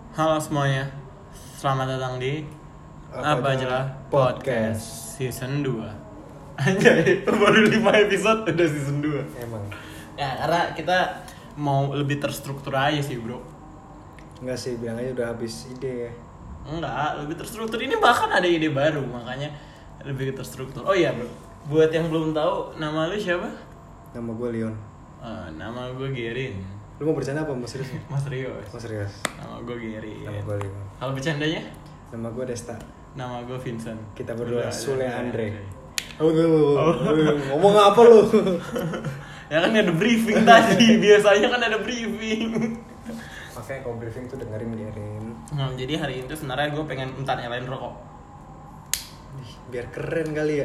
Halo semuanya, selamat datang di Apa Aja Podcast Season 2. Anjay, baru 5 episode udah Season 2. Emang. Ya, karena kita mau lebih terstruktur aja sih bro. Enggak sih, bilang aja udah habis ide ya. Enggak, lebih terstruktur. Ini bahkan ada ide baru, makanya lebih terstruktur. Oh iya bro, buat yang belum tahu, nama lu siapa? Nama gue Leon. Nama gue Gerin. Lu mau bercanda apa Mas Rius? Mas Rio. Mas Rius. Nama gue Gerin. Nama gue Leon. Kalau bercandanya? Nama gue Desta. Nama gue Vincent. Kita berdua Sule Andre. Oh. Ngomong apa lu? Ya kan ada briefing tadi, biasanya kan ada briefing. Makanya kalau briefing tuh dengerin Gerin. Jadi hari ini tuh sebenarnya gue pengen nyalain rokok. Biar keren kali ya.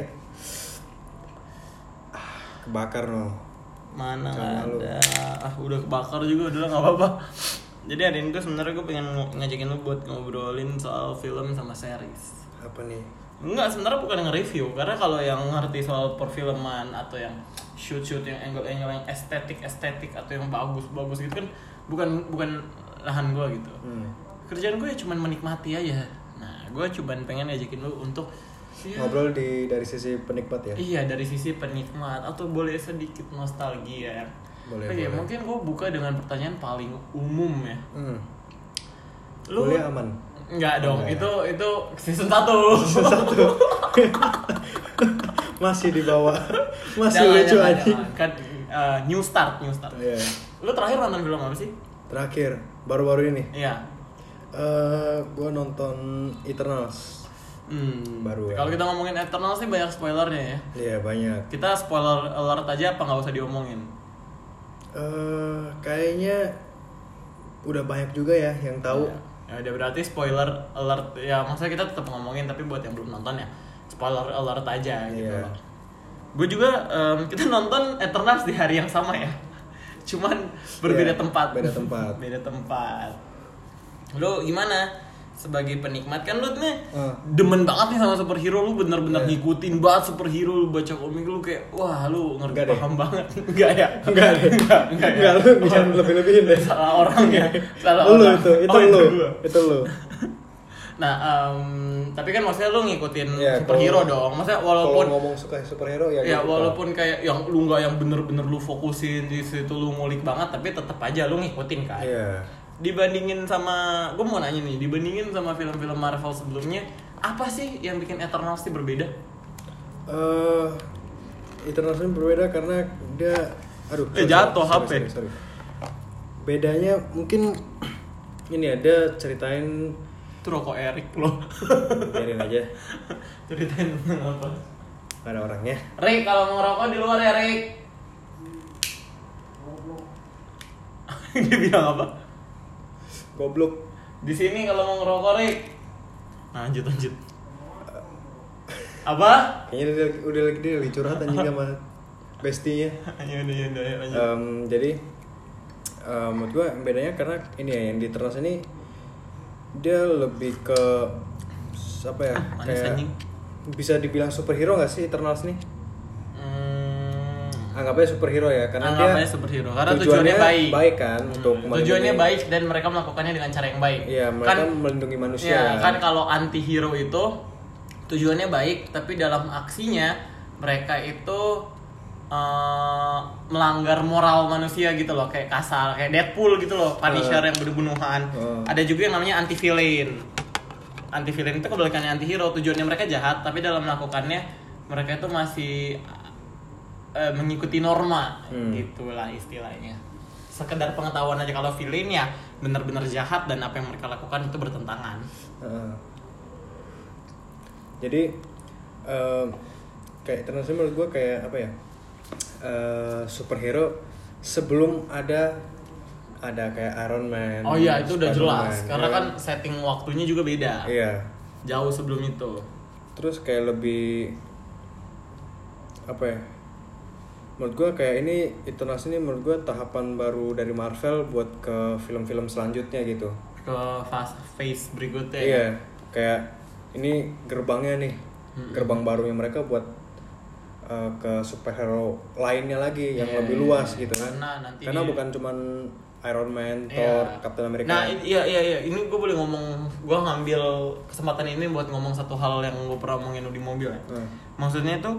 Kebakar no. Mana Sama ada. Udah kebakar juga, udah nggak apa-apa. Jadi hari ini tuh sebenarnya gue pengen ngajakin lu buat ngobrolin soal film sama series. Apa nih? Enggak, sebenarnya bukan nge-review. Karena kalau yang ngerti soal perfilman atau yang shoot yang angle-angle yang estetik atau yang bagus gitu kan bukan lahan gue gitu. Kerjaan gue ya cuman menikmati aja. Nah, gue cuman pengen ngajakin lu untuk Ngobrol dari sisi penikmat ya? Iya, dari sisi penikmat atau boleh sedikit nostalgia. Boleh. Ya, mungkin gue buka dengan pertanyaan paling umum ya. Lu Kuliah aman? Enggak dong, ya? itu season 1. Masih di bawah. Masih lucu aja. Kan new start. Iya. Lu terakhir nonton film apa sih? Terakhir, baru-baru ini. Iya. Gue nonton Eternals. Baru ya. Kalau kita ngomongin Eternal sih banyak spoilernya ya. Iya banyak. Kita spoiler alert aja apa nggak usah diomongin? Kayaknya udah banyak juga ya yang tahu. Ya udah, berarti spoiler alert ya, maksudnya kita tetap ngomongin tapi buat yang belum nonton ya spoiler alert aja gitu. Iya. Gue juga kita nonton Eternals di hari yang sama ya. Cuman berbeda Iya, tempat. Beda tempat. Lu gimana? Sebagai penikmat kan lu nih demen banget nih sama superhero, lu bener-bener ngikutin banget superhero, lu baca komik lu kayak wah lu ngerti paham banget. Enggak ya? Enggak Lu bisa lebih-lebihin deh. Salah orang ya. Salah Lu orang. Itu lu. Nah, tapi kan maksudnya lu ngikutin Ya, superhero dong. Maksudnya walaupun kalau ngomong suka superhero ya. ya gitu. walaupun kayak yang lu nggak yang bener-bener lu fokusin di situ, lu ngulik banget, tapi tetap aja lu ngikutin kan. Iya. Dibandingin sama, gue mau nanya nih, dibandingin sama film-film Marvel sebelumnya, apa sih yang bikin Eternals ini berbeda? Eternals ini berbeda karena dia jatuh HP. Sorry. Bedanya mungkin ini ada ceritain. Itu rokok Erik loh. Biarin aja. Ceritain tentang apa? Gak ada orangnya. Rick, kalau mau ngerokok di luar ya Rick. Dia bilang apa? Goblok. Di sini kalau mau ngerokok Rick. Lanjut. Apa? Kayaknya udah lagi curhat anjing sama bestinya. Ayo lanjut. Jadi menurut gue bedanya karena ini ya, yang di Eternals ini dia lebih ke apa ya, kayak bisa dibilang superhero nggak sih Eternals nih? Anggapnya superhero ya, karena dia superhero karena tujuannya baik kan, untuk tujuannya baik dan mereka melakukannya dengan cara yang baik. Iya, mereka melindungi manusia. Ya, kan kalau anti-hero itu tujuannya baik tapi dalam aksinya mereka itu melanggar moral manusia gitu loh, kayak kasar, kayak Deadpool gitu loh, Punisher yang bunuh-bunuhan. Ada juga yang namanya anti-villain. Anti-villain itu kebalikannya anti-hero, tujuannya mereka jahat tapi dalam melakukannya mereka itu masih mengikuti norma, gitulah istilahnya. Sekedar pengetahuan aja, kalau villain ya benar-benar jahat dan apa yang mereka lakukan itu bertentangan. Jadi kayak Eternals menurut gue kayak apa ya? Superhero sebelum ada kayak Iron Man. Oh iya, itu udah jelas. Man, karena ya. kan setting waktunya juga beda. Iya. Jauh sebelum itu. Terus kayak lebih apa ya? Menurut gue kayak ini Eternals ini menurut gue tahapan baru dari Marvel buat ke film-film selanjutnya gitu. Ke phase berikutnya. Iya, kayak ini gerbangnya nih, gerbang barunya mereka buat ke superhero lainnya lagi yang lebih luas gitu kan. Karena nanti bukan cuman Iron Man, Thor, Captain America. Nah iya ini gue boleh ngomong, gue ngambil kesempatan ini buat ngomong satu hal yang gue pernah ngomongin di mobil ya. Maksudnya itu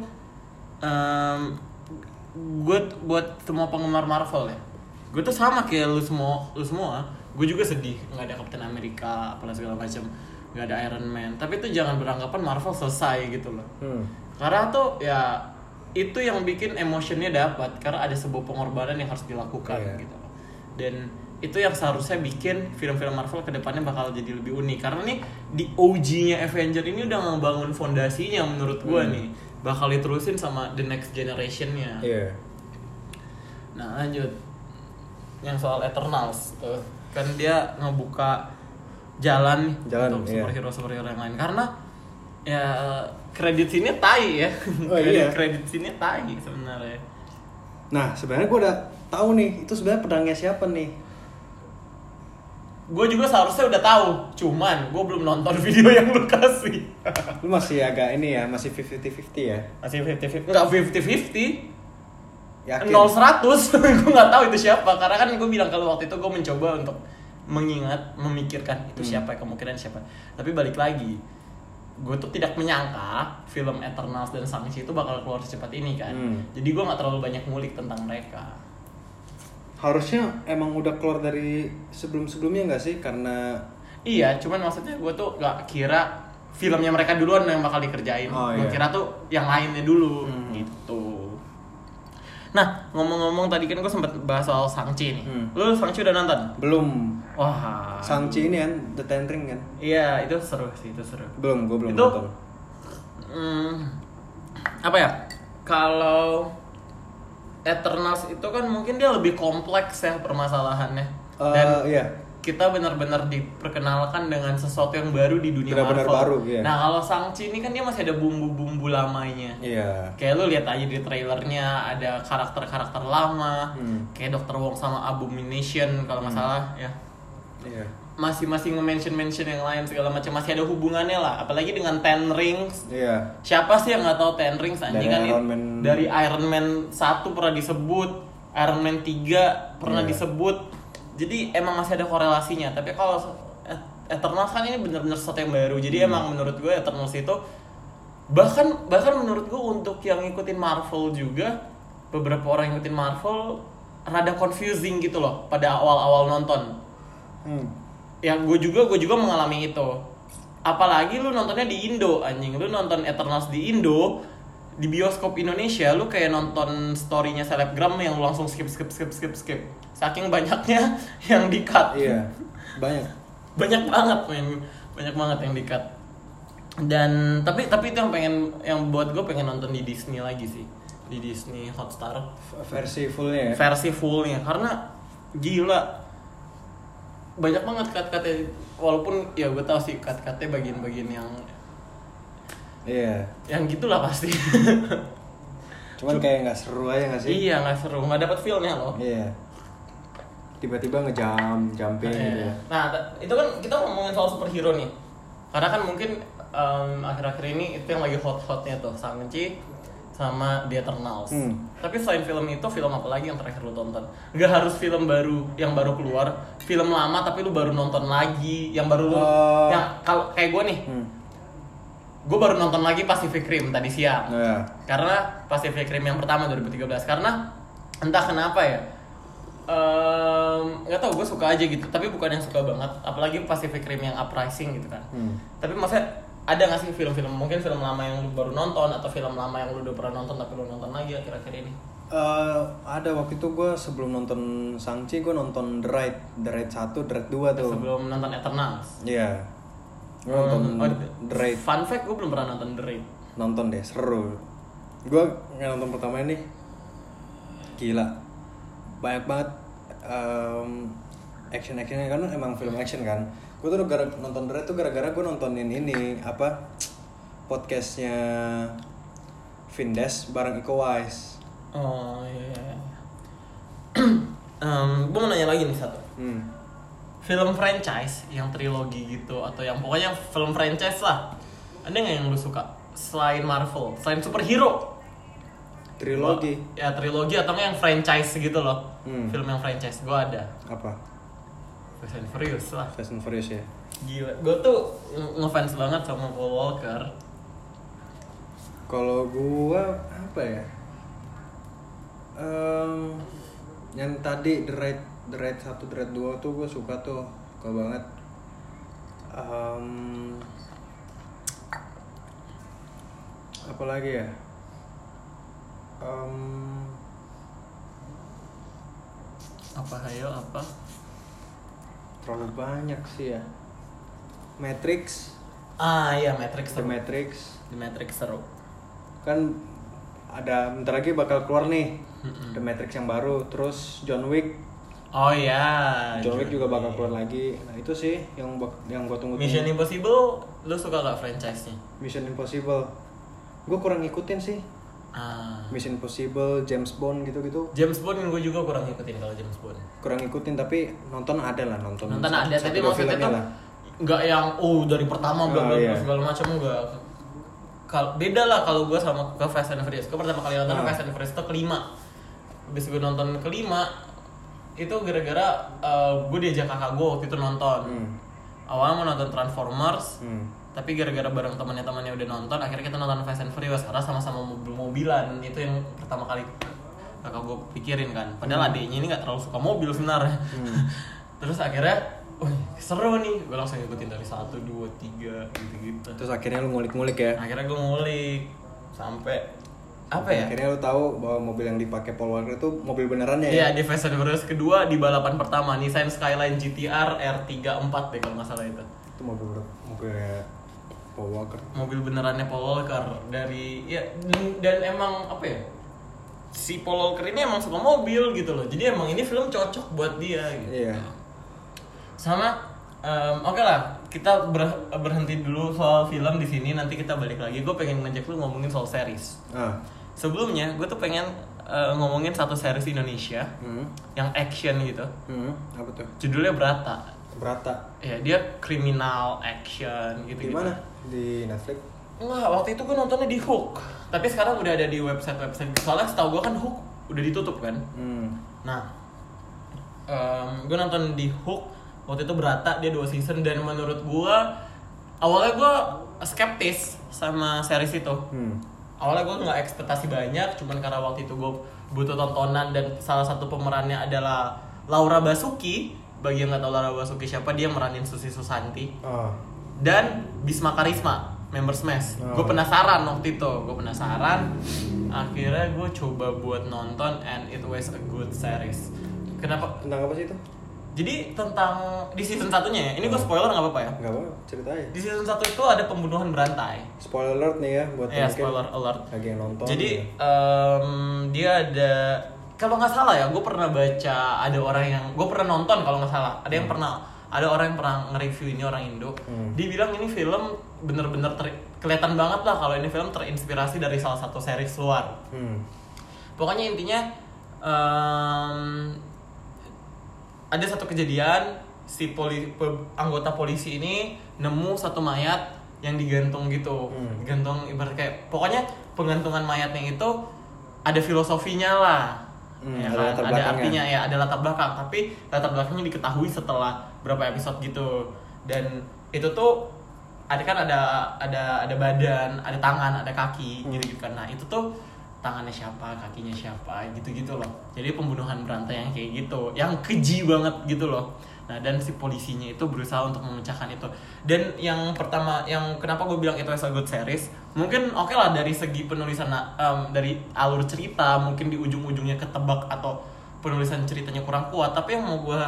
gue buat semua penggemar Marvel ya, gue tuh sama kayak lu semua, gue juga sedih nggak ada Captain America apalah segala macam, nggak ada Iron Man. Tapi itu jangan beranggapan Marvel selesai gitu loh. Karena tuh ya itu yang bikin emotionnya dapat, karena ada sebuah pengorbanan yang harus dilakukan gitu loh. Dan itu yang seharusnya bikin film-film Marvel kedepannya bakal jadi lebih unik. Karena nih di OG-nya Avenger ini udah ngebangun fondasinya menurut gue nih, bakal diterusin sama the next generation-nya. Nah lanjut, yang soal Eternals tuh kan dia ngebuka jalan untuk superhero yang lain. Karena ya kredit sini tai ya. Kredit sini tai sebenarnya. Nah sebenarnya gue udah tahu nih, itu sebenarnya pedangnya siapa nih? Gue juga seharusnya udah tahu, cuman gue belum nonton video yang lu kasih. Lu masih agak ini ya, masih 50-50 ya? Masih 50-50, enggak 50-50. Yakin? 0-100, gue nggak tahu itu siapa. Karena kan gue bilang kalau waktu itu gue mencoba untuk memikirkan itu siapa, kemungkinan siapa. Tapi balik lagi, gue tuh tidak menyangka film Eternals dan Shang-Chi itu bakal keluar secepat ini kan. Jadi gue nggak terlalu banyak ngulik tentang mereka. Harusnya emang udah keluar dari sebelum-sebelumnya nggak sih? Karena iya, cuman maksudnya gue tuh nggak kira filmnya mereka duluan yang bakal dikerjain. Gue kira tuh yang lainnya dulu gitu. Nah, ngomong-ngomong tadi kan gue sempet bahas soal Shang-Chi nih. Lu Shang-Chi udah nonton? Belum. Wah. Shang-Chi ini kan The Ten Ring kan? Iya, itu seru sih, itu seru. Gue belum itu, nonton. Apa ya? Kalau Eternals itu kan mungkin dia lebih kompleks ya permasalahannya. Dan kita benar-benar diperkenalkan dengan sesuatu yang baru di dunia Marvel. Baru, iya. Nah kalau Shang-Chi ini kan dia masih ada bumbu-bumbu lamanya. Iya. Kayak lu lihat aja di trailernya ada karakter-karakter lama, kayak Dr. Wong sama Abomination kalau nggak salah ya. Iya. Masih nge-mention yang lain segala macam, masih ada hubungannya lah. Apalagi dengan Ten Rings. Iya. Siapa sih yang nggak tahu Ten Rings anjing kan? Dari Iron Man 1 pernah disebut, Iron Man 3 pernah disebut. Jadi emang masih ada korelasinya. Tapi kalau Eternals kan ini benar-benar sesuatu yang baru. Jadi emang menurut gue Eternals itu bahkan menurut gue untuk yang ngikutin Marvel juga, beberapa orang yang ngikutin Marvel rada confusing gitu loh pada awal-awal nonton. Ya gue juga mengalami itu. Apalagi lu nontonnya di Indo anjing. Lu nonton Eternals di Indo, di bioskop Indonesia lu kayak nonton story-nya selebgram yang lu langsung skip. Saking banyaknya yang di-cut. Iya. Banyak banget yang di-cut. Dan tapi itu yang buat gue pengen nonton di Disney lagi sih. Di Disney Hotstar versi fullnya ya? Versi fullnya, karena gila banyak banget cut-cutnya, walaupun ya gue tau sih cut-cutnya bagian-bagian yang gitulah pasti. Cuman kayak nggak seru aja nggak sih? Iya nggak seru, nggak dapet feel-nya loh. Iya. Tiba-tiba jumping gitu ya. Nah itu kan kita ngomongin soal superhero nih, karena kan mungkin akhir-akhir ini itu yang lagi hot-hotnya tuh Shang-Chi sama The Eternals. Tapi selain film itu, film apa lagi yang terakhir lu tonton? Gak harus film baru yang baru keluar, film lama tapi lu baru nonton lagi, yang baru yang kalau kayak gue nih, gue baru nonton lagi Pacific Rim tadi siang. Karena Pacific Rim yang pertama 2013, karena entah kenapa ya, nggak tahu, gue suka aja gitu. Tapi bukan yang suka banget, apalagi Pacific Rim yang Uprising gitu kan. Tapi maksudnya ada nggak sih film-film, mungkin film lama yang lu baru nonton atau film lama yang lu udah pernah nonton tapi lu nonton lagi akhir-akhir ini? Ada, waktu itu gue sebelum nonton Shang-Chi gue nonton The Raid 1, The Raid 2 tuh. Sebelum nonton Eternals? Iya. Gue nonton The Raid. Fun fact, gue belum pernah nonton The Raid. Nonton deh, seru. Gue nonton pertama ini gila, banyak banget action-actionnya, kan emang film action kan. Gue tuh nonton The Raid tuh gara-gara gue nontonin ini podcastnya Vindes bareng Iko Uwais. Oh iya. Gue mau nanya lagi nih satu. Film franchise yang trilogi gitu, atau yang pokoknya film franchise lah, ada nggak yang lu suka selain Marvel, selain superhero? Trilogi. Trilogi atau yang franchise gitu loh. Film yang franchise gue ada. Apa? Fast and Furious lah. Fast and Furious ya. Gila, gue tuh ngefans banget sama Paul Walker. Kalau gue apa ya? Yang tadi The Raid 1, The Raid 2 tuh gue suka banget. Apa lagi ya? Apa? Terlalu banyak sih ya. Matrix. Iya, Matrix. The Matrix seru. Kan ada bentar lagi bakal keluar nih. The Matrix yang baru, terus John Wick. Oh iya. John Wick juga bakal keluar lagi. Nah, itu sih yang gua tunggu. Mission Impossible, lu suka gak franchise-nya? Mission Impossible. Gua kurang ngikutin sih. Mission Impossible, James Bond gitu-gitu. James Bond gue juga kurang ngikutin kalau James Bond. Kurang ngikutin tapi nonton ada. Nonton ada, tapi maksudnya tuh enggak yang dari pertama segala macam enggak. Beda lah kalau gue sama ke Fast and Furious. Gue pertama kali nonton Fast and Furious itu kelima. Habis gue nonton kelima itu gara-gara gue diajak kakak gue waktu itu nonton. Awalnya mau nonton Transformers, tapi gara-gara bareng temannya udah nonton, akhirnya kita nonton Fast and Furious karena sama-sama mobil-mobilan. Itu yang pertama kali kakak gue pikirin kan. Padahal adiknya ini nggak terlalu suka mobil sebenarnya. Terus akhirnya seru nih, gue langsung ngikutin dari 1, 2, 3 gitu-gitu. Terus akhirnya lu ngulik-ngulik ya? Akhirnya gue ngulik sampai apa ya? Akhirnya lu tahu bahwa mobil yang dipakai Paul Walker itu mobil benerannya ya? Iya, di Fast and Furious kedua di balapan pertama Nissan Skyline GTR R34 deh kalau nggak salah itu. Itu mobil Paul Walker. Mobil benerannya Paul Walker dari dan emang apa ya? Si Paul Walker ini emang suka mobil gitu loh. Jadi emang ini film cocok buat dia gitu. Iya. Sama oke lah, kita berhenti dulu soal film di sini, nanti kita balik lagi. Gue pengen ngajak lu ngomongin soal series. Sebelumnya gue tuh pengen ngomongin satu series Indonesia yang action gitu. Apa tuh? Judulnya Brata. Ya, dia kriminal action gitu. Di mana? Di Netflix? Enggak, waktu itu gue nontonnya di Hook. Tapi sekarang udah ada di website. Soalnya setahu gue kan Hook udah ditutup kan. Nah, gue nonton di Hook. Waktu itu Brata, dia 2 season, dan menurut gue awalnya gue skeptis sama series itu. Awalnya gue nggak ekspektasi banyak, cuman karena waktu itu gue butuh tontonan dan salah satu pemerannya adalah Laura Basuki. Bagi yang nggak tahu Laura Basuki siapa, dia meranin Susi Susanti dan Bisma Karisma, member Smash. Gue penasaran waktu itu, akhirnya gue coba buat nonton, and it was a good series. Kenapa? Tentang apa sih itu? Jadi tentang di season 1-nya ya. Ini gue spoiler nggak apa-apa ya? Nggak apa, ceritain. Di season 1 itu ada pembunuhan berantai. Spoiler alert nih ya buat spoiler alert. Lagi yang nonton. Jadi dia ada, kalau nggak salah ya, gue pernah baca ada orang yang gue pernah nonton kalau nggak salah. Ada orang yang pernah nge-review ini, orang Indo. Dia bilang ini film bener-bener kelihatan banget lah kalau ini film terinspirasi dari salah satu series luar. Pokoknya intinya ada satu kejadian, si anggota polisi ini nemu satu mayat yang digantung gitu. Digantung ibarat kayak, pokoknya penggantungan mayatnya itu ada filosofinya lah. Ya kan? Ada artinya ya, ada latar belakang, tapi latar belakangnya diketahui setelah berapa episode gitu. Dan itu tuh ada badan, ada tangan, ada kaki gitu kan. Nah, itu tuh tangannya siapa, kakinya siapa, gitu-gitu loh. Jadi pembunuhan berantai yang kayak gitu, yang keji banget gitu loh. Nah, dan si polisinya itu berusaha untuk memecahkan itu. Dan yang pertama, yang kenapa gue bilang itu as a good series, mungkin oke lah dari segi penulisan, dari alur cerita, mungkin di ujung-ujungnya ketebak atau penulisan ceritanya kurang kuat. Tapi yang mau gue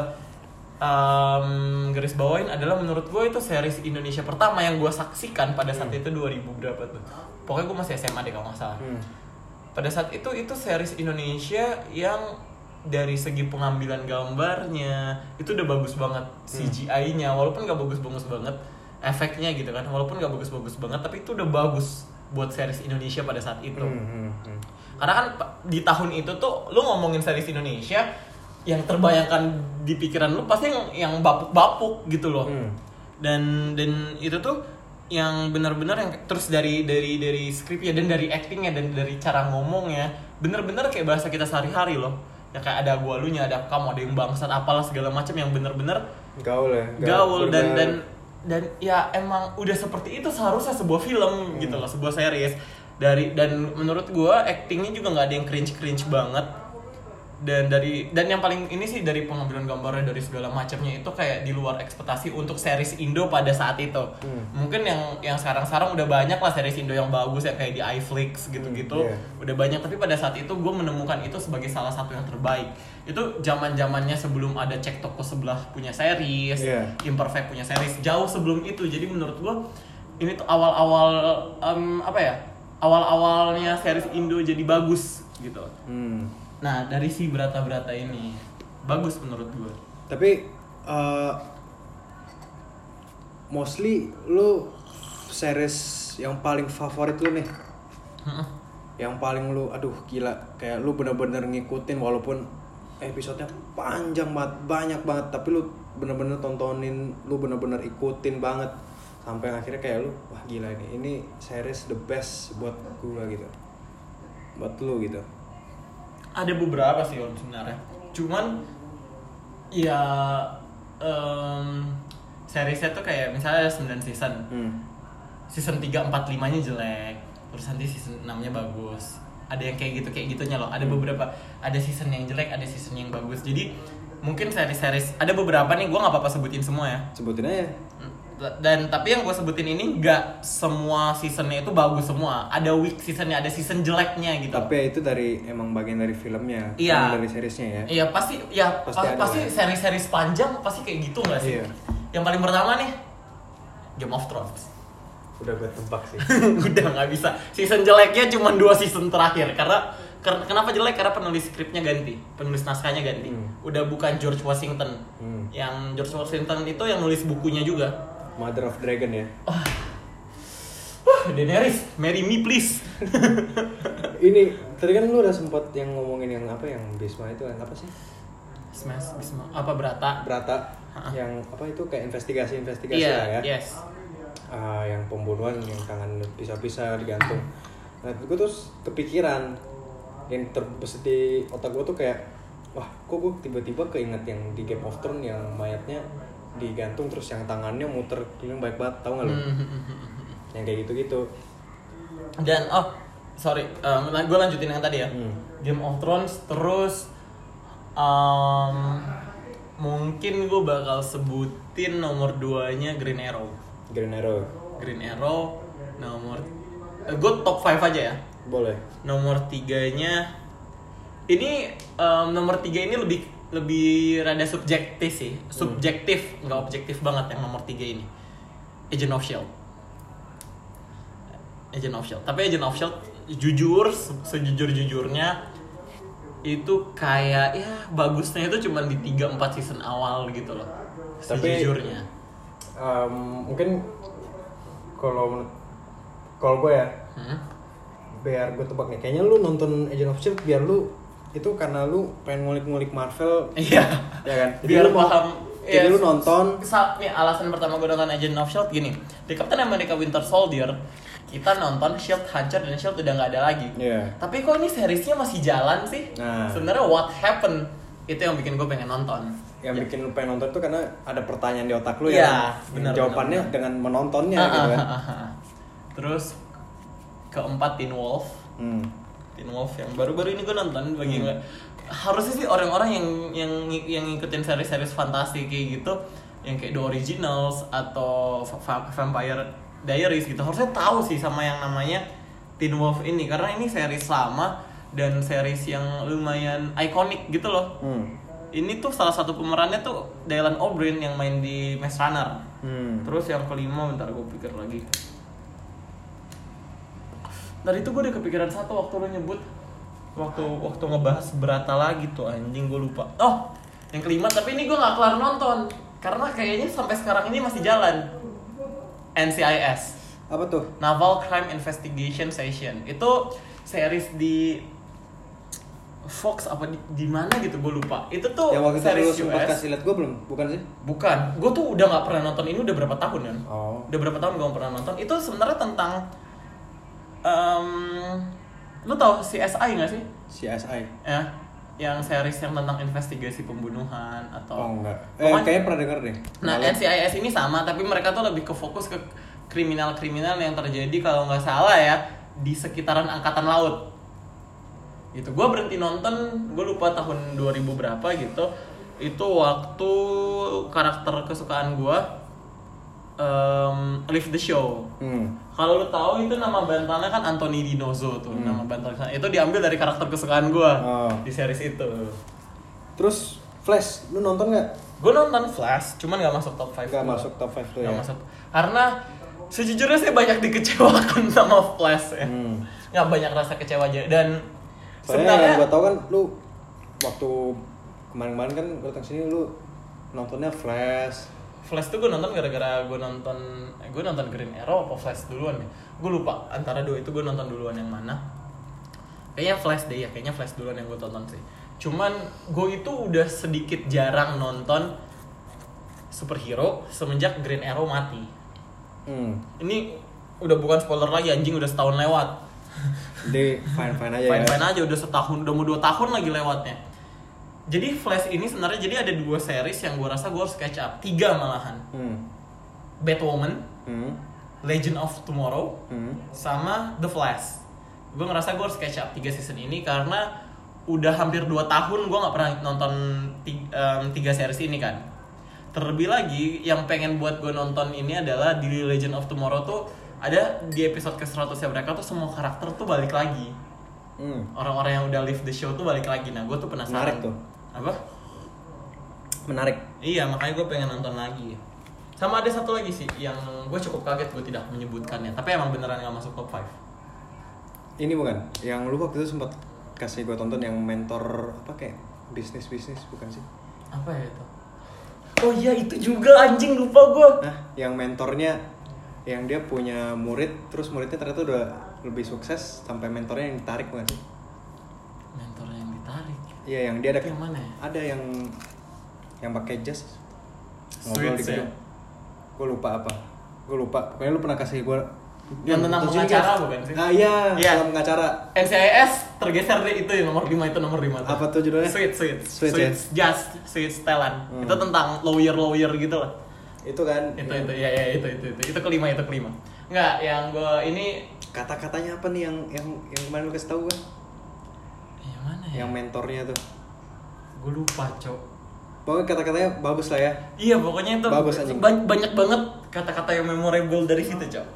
garis bawain adalah menurut gue itu series Indonesia pertama yang gue saksikan pada saat itu 2000 berapa tuh. Pokoknya gue masih SMA deh kalau nggak salah. Pada saat itu series Indonesia yang dari segi pengambilan gambarnya itu udah bagus banget, CGI-nya walaupun nggak bagus-bagus banget, efeknya gitu kan, walaupun nggak bagus-bagus banget, tapi itu udah bagus buat series Indonesia pada saat itu. Karena kan di tahun itu tuh lu ngomongin series Indonesia, yang terbayangkan di pikiran lu pasti yang bapuk-bapuk gitu loh. Dan itu tuh yang benar-benar yang terus dari skripnya dan dari actingnya dan dari cara ngomongnya benar-benar kayak bahasa kita sehari-hari loh. Ya kayak ada gua lunya, ada kamu, ada yang bangsat, apalah segala macam yang benar-benar gaul dan ya emang udah seperti itu seharusnya sebuah film gitu loh, sebuah series. Dan menurut gua actingnya juga nggak ada yang cringe banget. Dan yang paling ini sih dari pengambilan gambarnya dari segala macamnya itu kayak di luar ekspektasi untuk series Indo pada saat itu. Mungkin yang sekarang udah banyak lah series Indo yang bagus ya kayak di iFlix gitu-gitu. Udah banyak, tapi pada saat itu gue menemukan itu sebagai salah satu yang terbaik. Itu zaman-zamannya sebelum ada Cek Toko Sebelah punya series, Imperfect punya series, jauh sebelum itu. Jadi menurut gue ini tuh awal-awalnya series Indo jadi bagus gitu. Nah dari si Brata-Brata ini bagus menurut gue. Tapi mostly lu series yang paling favorit lu nih, yang paling lu aduh gila kayak lu bener-bener ngikutin walaupun episodenya panjang banget, banyak banget, tapi lu bener-bener tontonin, lu bener-bener ikutin banget sampai akhirnya kayak lu wah gila ini series the best buat gua gitu, buat lu gitu. Ada beberapa sih sebenarnya, cuman ya seriesnya tuh kayak misalnya ada 9 season. Season 3, 4, 5-nya jelek, terus nanti season 6-nya bagus. Ada yang kayak gitunya loh. Ada beberapa, ada season yang jelek, ada season yang bagus. Jadi mungkin series ada beberapa nih, gue nggak apa-apa sebutin semua ya. Sebutin aja. Dan tapi yang gue sebutin ini nggak semua seasonnya itu bagus semua. Ada weak seasonnya, ada season jeleknya gitu. Tapi ya itu emang bagian dari filmnya, iya. Dari seriesnya ya. Iya pasti seri-seri panjang pasti kayak gitu nggak sih? Iya. Yang paling pertama nih Game of Thrones. Udah gue tebak sih. Udah nggak bisa. Season jeleknya cuma 2 season terakhir. Kenapa jelek? Karena penulis skripnya ganti, penulis naskahnya ganti. Udah bukan George Washington. Yang George Washington itu yang nulis bukunya juga. Mother of Dragon ya. Daenerys, marry me please. Ini tadi kan lu udah sempat yang ngomongin yang apa, yang Bisma itu yang apa sih? Bisma apa Brata? Yang apa itu kayak investigasi yeah, ya. Yes. Yang pembunuhan yang tangan pisah-pisah digantung. Nah, gue terus kepikiran yang terbesit di otak gue tuh kayak wah, kok gue tiba-tiba keinget yang di Game of Thrones yang mayatnya digantung terus yang tangannya muter keliling baik banget, tau nggak lo? Yang kayak gitu-gitu. Dan gue lanjutin yang tadi ya. Game of Thrones terus mungkin gue bakal sebutin nomor 2-nya Green Arrow. Nomor gue top 5 aja ya. Boleh. Nomor 3-nya ini nomor 3 ini lebih rada subjektif sih. Subjektif, nggak objektif banget yang nomor 3 ini. Agent of S.H.I.E.L.D. Tapi Agent of S.H.I.E.L.D. jujur, sejujur-jujurnya itu kayak ya bagusnya itu cuma di 3-4 season awal gitu loh. Sejujurnya. Mungkin kalau gue ya, biar gue tebak nih, kayaknya lu nonton Agent of S.H.I.E.L.D. biar lu itu karena lu pengen ngulik-ngulik Marvel. Iya. Ya kan? Biar paham. Jadi lu nonton. Nih alasan pertama gue nonton Agent of S.H.I.E.L.D. gini. Di Captain America Winter Soldier kita nonton S.H.I.E.L.D. hancur dan S.H.I.E.L.D. udah nggak ada lagi. Tapi kok ini seriesnya masih jalan sih? Sebenarnya what happened? Itu yang bikin gue pengen nonton. Yang bikin lu pengen nonton tuh karena ada pertanyaan di otak lu ya. Bener, jawabannya bener. Dengan menontonnya gitu kan. Terus keempat Teen Wolf. Teen Wolf yang baru-baru ini gue nonton bagi gue. Harusnya sih orang-orang yang ngikutin series-series fantasi kayak gitu, yang kayak The Originals atau Vampire Diaries gitu, harusnya tahu sih sama yang namanya Teen Wolf ini, karena ini series lama dan series yang lumayan ikonik gitu loh. Ini tuh salah satu pemerannya tuh Dylan O'Brien yang main di Maze Runner. Terus yang kelima, bentar gue pikir lagi. Dari itu gue udah kepikiran satu waktu lo nyebut, waktu ngebahas Brata lagi tuh anjing gue lupa. Oh, yang kelima, tapi ini gue nggak kelar nonton karena kayaknya sampai sekarang ini masih jalan. NCIS. Apa tuh? Naval Crime Investigation Session. Itu series di Fox apa di mana gitu gue lupa. Itu tuh yang waktu series itu sempat kasih lihat gue belum, bukan sih? Bukan, gue tuh udah nggak pernah nonton ini udah berapa tahun kan? Udah berapa tahun gue nggak pernah nonton. Itu sebenarnya tentang lu tau CSI nggak sih? CSI Ya, yang series yang tentang investigasi pembunuhan atau enggak. Kayaknya pernah denger deh. Nah, NCIS ini sama, tapi mereka tuh lebih ke fokus ke kriminal-kriminal yang terjadi kalau nggak salah ya di sekitaran angkatan laut. Gitu. Gue berhenti nonton, gue lupa tahun 2000 berapa gitu. Itu waktu karakter kesukaan gue leave the show. Kalau lu tahu itu nama bantalnya kan Anthony Dinozo tuh, nama bantal itu diambil dari karakter kesukaan gue di series itu. Terus Flash, lu nonton nggak? Gue nonton Flash, cuman nggak masuk top 5. Nggak masuk top 5 tuh ya? Nggak masuk, karena sejujurnya saya banyak dikecewakan sama Flash ya. Nggak banyak rasa kecewa aja dan sebenarnya gue tau kan lu waktu kemarin-kemarin kan lu datang sini lu nontonnya Flash tuh gue nonton gara-gara gue nonton Green Arrow atau Flash duluan ya. Gue lupa antara dua itu gue nonton duluan yang mana. Kayaknya Flash deh ya, kayaknya Flash duluan yang gue tonton sih. Cuman gue itu udah sedikit jarang nonton superhero semenjak Green Arrow mati. Ini udah bukan spoiler lagi anjing, udah setahun lewat. Jadi fine aja fine aja udah setahun, udah mau 2 tahun lagi lewatnya. Jadi Flash ini sebenarnya jadi ada 2 series yang gue rasa gue harus catch up, 3 malahan. Batwoman, Legend of Tomorrow, sama The Flash. Gue ngerasa gue harus catch up 3 season ini karena udah hampir 2 tahun gue nggak pernah nonton 3 series ini kan. Terlebih lagi yang pengen buat gue nonton ini adalah di Legend of Tomorrow tuh ada di episode ke-100 ya mereka tuh semua karakter tuh balik lagi. Orang-orang yang udah leave the show tuh balik lagi. Nah gue tuh penasaran. Menarik tuh. Apa? Menarik. Iya makanya gue pengen nonton lagi. Sama ada satu lagi sih yang gue cukup kaget gue tidak menyebutkannya. Tapi emang beneran gak masuk top 5. Ini bukan? Yang lu waktu itu sempat kasih gue tonton yang mentor apa kayak bisnis bukan sih? Apa ya itu? Oh iya itu juga anjing lupa gue. Nah yang mentornya yang dia punya murid, terus muridnya ternyata udah lebih sukses sampai mentornya yang ditarik bukan sih? Mentornya yang ditarik? Iya yang dia ada. Yang mana ya? Ada yang pakai jas ngobrol di gedung. Gue lupa apa? Gue lupa. Pokoknya lu pernah kasih gue yang tentang pengacara bukan sih? Ah iya, tentang pengacara. NCIS tergeser deh itu yang nomor 5 itu nomor 5 tuh. Apa tuh judulnya? Sweet Just Talent. Itu tentang lawyer gitu lah. Itu kan itu kelima enggak yang gue ini kata-katanya apa nih yang kemarin lu kasih tahu kan yang mana ya yang mentornya tuh gue lupa cok pokoknya kata-katanya bagus lah ya. Iya pokoknya itu bagus, banyak banget kata-kata yang memorable dari situ cok.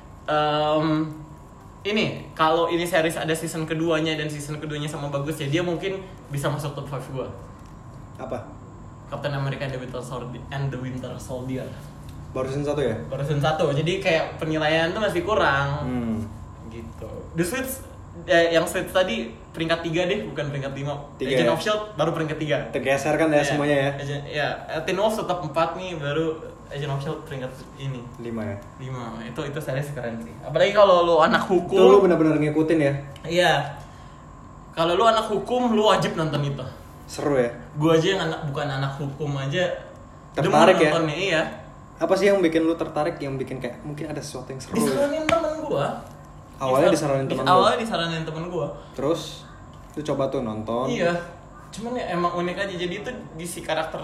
Ini kalau ini series ada season keduanya dan season keduanya sama bagus ya dia mungkin bisa masuk top 5 gue. Apa? Captain America and the Winter Soldier. Baru season 1 ya? Baru season 1, jadi kayak penilaian tuh masih kurang. Gitu. The Suits, yang Suits tadi peringkat 3 deh, bukan peringkat 5. Agent of S.H.I.E.L.D. baru peringkat 3. Tergeser kan ya semuanya ya? Teen Wolf tetap 4 nih, baru Agent of S.H.I.E.L.D. peringkat ini 5 ya? 5, itu series keren sih. Apalagi kalau lu anak hukum. Itu lu benar-benar ngikutin ya? Iya. Kalau lu anak hukum, lu wajib nonton itu. Seru ya? Gue aja yang bukan anak hukum aja tertarik ya? Nontonnya, iya. Apa sih yang bikin lu tertarik, yang bikin kayak mungkin ada sesuatu yang seru? Disaranin temen gue. Awalnya disaranin temen lu? Awalnya disaranin temen gue. Terus lu coba tuh nonton? Iya. Cuman ya emang unik aja. Jadi itu di si karakter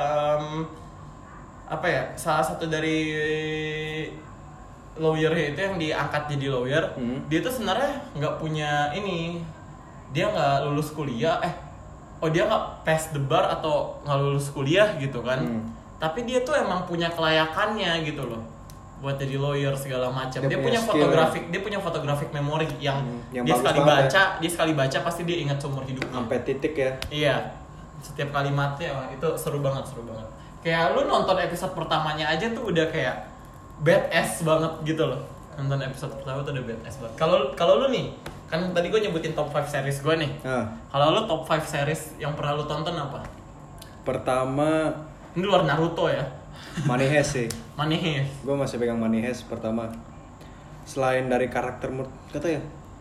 apa ya, salah satu dari lawyer itu yang diangkat jadi lawyer. Dia tuh sebenarnya nggak punya ini. Dia nggak lulus kuliah. Dia nggak pass the bar atau nggak lulus kuliah gitu kan. Tapi dia tuh emang punya kelayakannya gitu loh buat jadi lawyer segala macam. Dia punya photographic memory yang dia sekali baca pasti dia ingat seumur hidupnya. Sampai titik ya. Iya. Setiap kalimatnya itu seru banget. Kayak lu nonton episode pertamanya aja tuh udah kayak badass banget gitu loh. Nonton episode pertama tuh udah badass banget. Kalau lu nih, kan tadi gue nyebutin top 5 series gue nih. Kalau lu top 5 series yang pernah lu tonton apa? Pertama ini luar Naruto ya. Money Heist sih. Money Heist. Gue masih pegang Money Heist pertama. Selain dari karakter kata ya,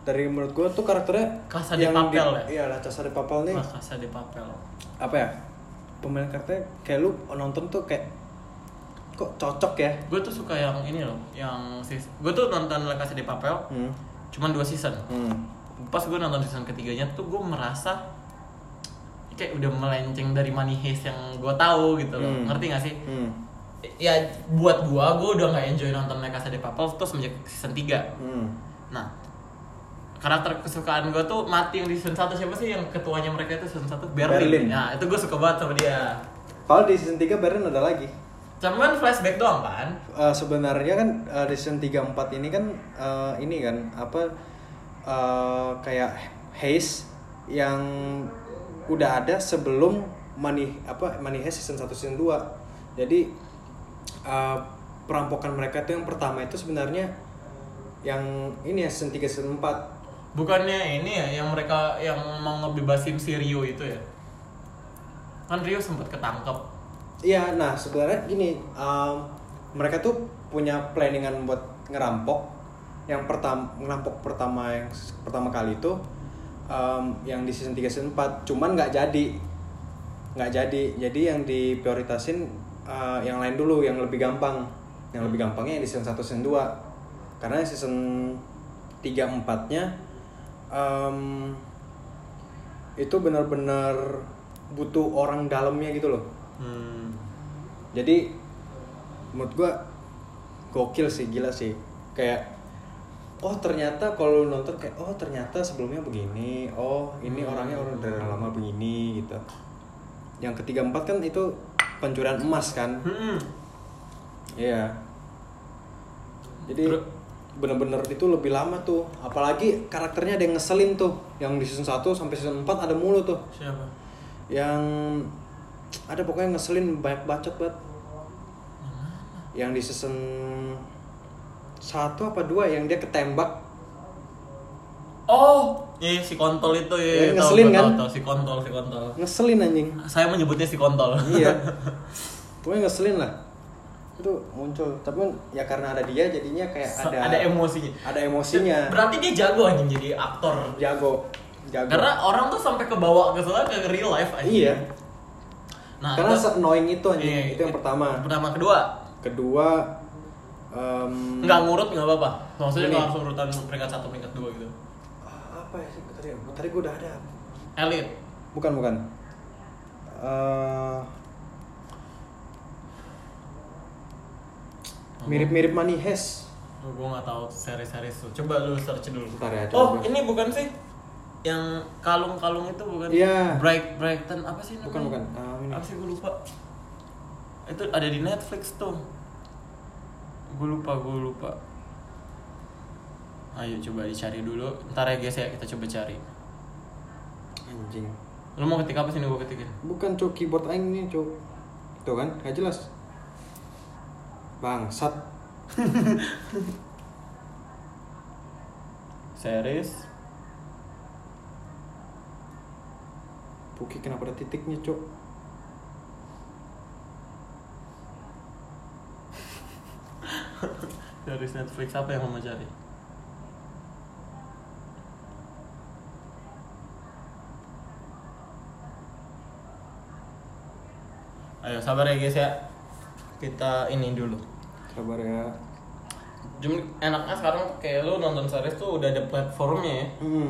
dari menurut gue tuh karakternya Casa de Papel ya? Iya lah, Casa de Papel nih. Casa de Papel. Apa ya? Pemain karakternya kayak lu nonton tuh kayak kok cocok ya. Gue tuh suka yang ini loh, gue tuh nonton La Casa de Papel, cuman 2 season. Pas gue nonton season ketiganya tuh gue merasa kayak udah melenceng dari Money Heist yang gue tahu gitu loh. Ngerti gak sih? Ya buat gue udah nggak enjoy nonton La Casa de Papel tuh semenjak season 3. Nah, karakter kesukaan gue tuh mati yang di season 1 siapa sih yang ketuanya mereka itu season 1? Berlin. Nah, itu gue suka banget sama dia. Kalau di season 3 Berlin ada lagi. Cuman flashback doang kan? Sebenarnya kan di season 3 4 ini kan ini kan apa kayak Heist yang udah ada sebelum Money Heist season 1 season 2. Jadi perampokan mereka tuh yang pertama itu sebenarnya yang ini ya season 3 season 4. Bukannya ini ya yang mereka yang mau ngebebasin si Rio itu ya? Kan Rio sempat ketangkep. Iya, nah sebenarnya gini, mereka tuh punya planningan buat ngerampok. Yang ngerampok pertama kali itu yang di season 3 season 4, cuman nggak jadi. Jadi yang diprioritasin yang lain dulu, yang lebih gampang. Yang lebih gampangnya yang di season 1 season 2. Karena season 3-4-nya itu benar-benar butuh orang dalamnya gitu loh. Jadi menurut gua gokil sih, gila sih. Kayak ternyata kalau nonton kayak ternyata sebelumnya begini. Ini orangnya orang dari lama begini gitu. Yang 3-4 kan itu pencurian emas kan. Iya. Jadi bener-bener itu lebih lama tuh. Apalagi karakternya ada yang ngeselin tuh. Yang di season 1 sampai season 4 ada mulu tuh. Siapa? Yang ada pokoknya ngeselin, banyak bacot banget. Yang di season 1 apa 2 yang dia ketembak. Iya si kontol itu ya. Ngeselin kan? Tahu si kontol. Ngeselin anjing. Saya menyebutnya si kontol. Iya. Pokoknya ngeselin lah. Itu muncul, tapi ya karena ada dia jadinya kayak ada emosinya. Ada emosinya. Berarti dia jago anjing jadi aktor. Jago. Karena orang tuh sampai kebawa ke real life anjing. Iya. Nah, karena se-annoying itu anjing. Iya, itu yang pertama. Kedua nggak ngurut nggak apa-apa. Maksudnya nggak harus urutan peringkat 1 peringkat 2 gitu. Apa ya sih tadi gue udah ada. Elite. Bukan. Mirip-mirip Money Heist. Gue nggak tahu seri-seri tuh. Coba lu search dulu. Ya, ini bukan sih? Yang kalung-kalung itu bukan? Iya. Brighton apa sih namanya? Bukan. Apa sih gue lupa. Itu ada di Netflix tuh. Gue lupa. Ayo coba dicari dulu. Ntar ya guys ya kita coba cari. Anjing. Lu mau ketik apa sih nih gue ketikin? Bukan cok, keyboard aing nih cok. Tuh kan, gak jelas. Bangsat. Series. Puki kenapa ada titiknya cok? Series Netflix apa yang mau cari? Ayo sabar ya guys ya. Kita ini dulu. Sabar ya. Cuma enaknya sekarang kayak lu nonton series tuh udah ada platformnya ya.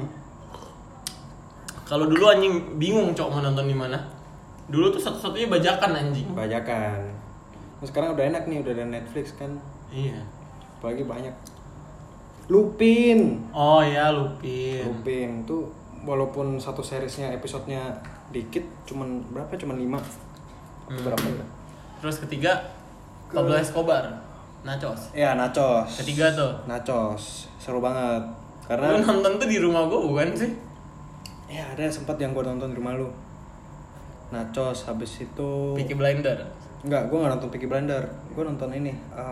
Kalau dulu anjing bingung cok mau nonton di mana. Dulu tuh satu-satunya bajakan anjing. Bajakan. Terus sekarang udah enak nih, udah ada Netflix kan. Iya. Apalagi banyak. Lupin. Oh iya Lupin. Lupin tuh walaupun satu seriesnya episodenya dikit, cuman berapa? Cuman 5. Berapa udah? Terus ketiga Pablo Escobar. Nachos. Ya Nachos. Ketiga tuh. Nachos. Seru banget. Karena lu nonton tuh di rumah gua bukan sih? Ya ada sempat yang gua nonton di rumah lu. Nachos habis itu Peaky Blinder. Enggak, gua enggak nonton Peaky Blinder. Gua nonton ini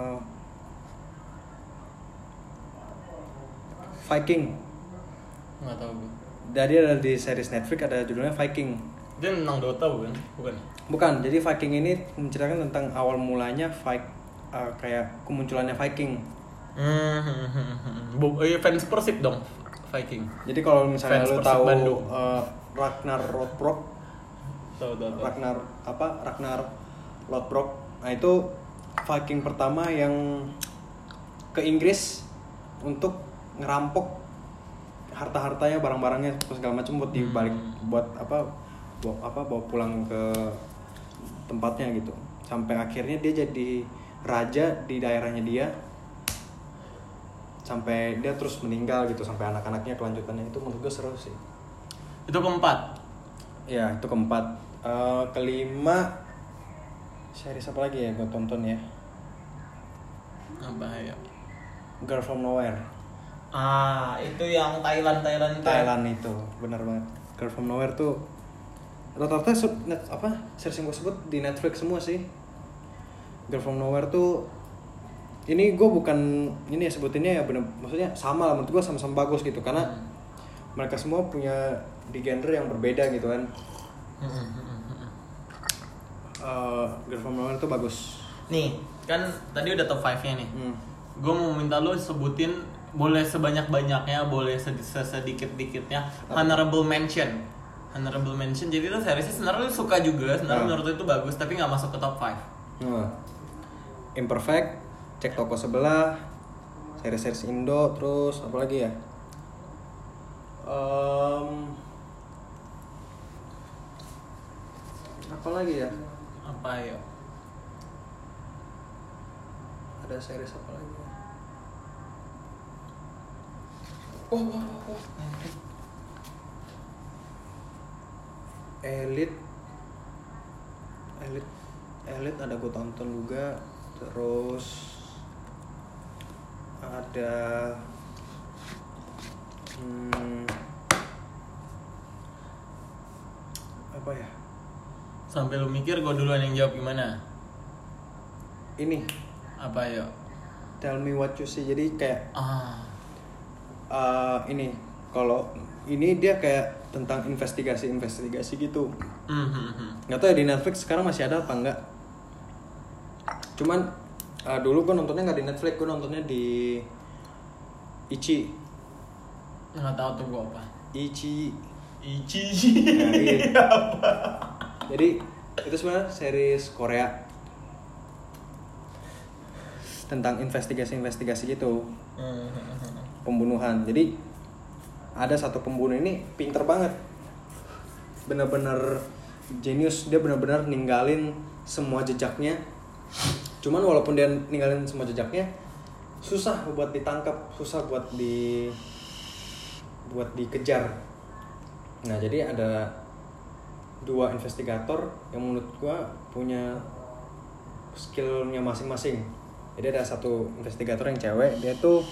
Viking. Nggak tahu gue. Jadi ada di series Netflix ada judulnya Viking. Dia tentang Dota bukan? Bukan. Jadi Viking ini menceritakan tentang awal mulanya kayak kemunculannya Viking. Fans Persib dong. Viking. Jadi kalau misalnya Fans lu Persib tahu Bandung. Ragnar Lodbrok, Tahu. Ragnar Lodbrok. Nah itu Viking pertama yang ke Inggris untuk ngerampok harta-hartanya, barang-barangnya segala macam buat dibalik buat bawa pulang ke tempatnya gitu. Sampai akhirnya dia jadi raja di daerahnya dia. Sampai dia terus meninggal gitu, sampai anak-anaknya kelanjutannya. Itu menurut gue seru sih. Itu keempat. Ya, itu keempat. Kelima series apa lagi ya gue tonton ya? Apa ya? Girl from Nowhere. Itu yang Thailand itu. Thailand itu, benar banget. Girl from Nowhere tuh rata-rata series yang gue sebut di Netflix semua sih. Girl from Nowhere tuh ini gue bukan ini ya sebutinnya ya bener, maksudnya sama lah menurut gue, sama-sama bagus gitu karena mereka semua punya di genre yang berbeda gitu kan. Girl from Nowhere tuh bagus. Nih, kan tadi udah top 5-nya nih. Gue mau minta lo sebutin, boleh sebanyak-banyaknya, boleh sedikit-dikitnya honorable mention. Honorable mention, jadi itu seriesnya sebenarnya lo suka juga, sebenarnya menurut lo itu bagus, tapi nggak masuk ke top 5. Imperfect, Cek Toko Sebelah, series Indo, terus apa lagi ya? Apa lagi ya? Apa ya? Ada series apa lagi ya? Elite ada gue tonton juga. Terus ada apa ya? Sampai lu mikir gue duluan yang jawab gimana? Ini Apa ya? Tell Me What You See. Jadi kayak ini kalau ini dia kayak tentang investigasi gitu. Nggak tahu ya di Netflix sekarang masih ada apa enggak. Cuman dulu gue nontonnya nggak di Netflix, gue nontonnya di Ichi. Nggak tahu tuh gue apa. Ichi. Nah, apa? Jadi itu sebenarnya series Korea tentang investigasi gitu, pembunuhan. Jadi ada satu pembunuh ini pinter banget, bener-bener jenius. Dia bener-bener ninggalin semua jejaknya. Cuman walaupun dia ninggalin semua jejaknya, susah buat ditangkap, susah buat dikejar. Nah jadi ada 2 investigator yang menurut gua punya skillnya masing-masing. Jadi ada satu investigator yang cewek, dia tuh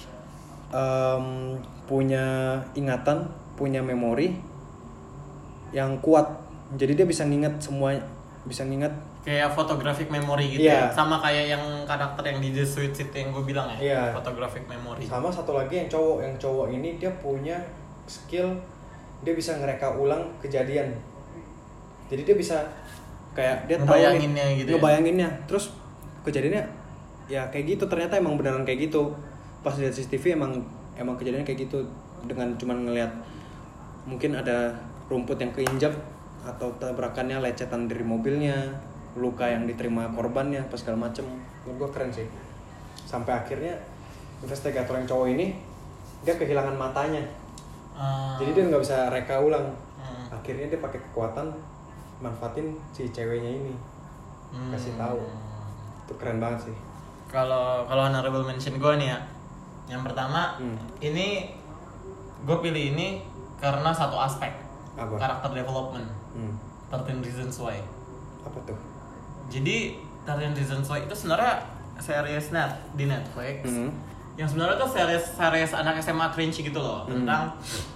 punya ingatan, punya memori yang kuat. Jadi dia bisa nginget semua, bisa nginget kayak photographic memory gitu ya. Sama kayak yang karakter yang di The Suicide yang gue bilang ya. Photographic memory. Sama satu lagi yang cowok ini dia punya skill, dia bisa ngereka ulang kejadian. Jadi dia bisa kayak dia ngebayanginnya tahu gitu. Ngebayanginnya. Terus kejadiannya ya kayak gitu, ternyata emang beneran kayak gitu. Pas lihat CCTV emang kejadiannya kayak gitu, dengan cuman ngelihat mungkin ada rumput yang keinjak atau tabrakannya lecetan dari mobilnya, luka yang diterima korbannya, apa segala macem. Menurut gue keren sih. Sampai akhirnya investigator yang cowok ini dia kehilangan matanya. Jadi dia nggak bisa reka ulang. Akhirnya dia pakai kekuatan, manfaatin si ceweknya ini, kasih tahu. Itu keren banget sih. Kalau honorable mention gue nih ya, yang pertama ini gue pilih ini karena satu aspek. Apa? Karakter development. 13 Reasons Why. Apa tuh? Jadi 13 Reasons Why itu sebenarnya series di Netflix. Yang sebenarnya tuh series anak SMA cringe gitu loh, tentang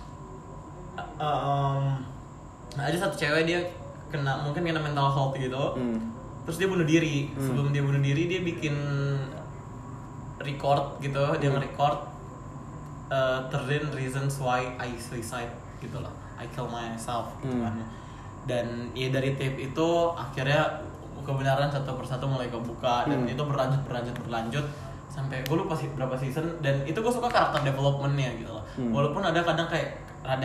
ada satu cewek, dia mungkin kena mental health gitu. Terus dia bunuh diri. Sebelum dia bunuh diri, dia bikin record gitu. Dia nge-record 13 Reasons Why I Suicide gitu loh, I kill myself gitu kan. Dan ya dari tape itu akhirnya kebenaran satu persatu mulai kebuka. Dan itu berlanjut sampai gue lupa sih berapa season, dan itu gue suka karakter developmentnya gitu loh. Walaupun ada kadang kayak rada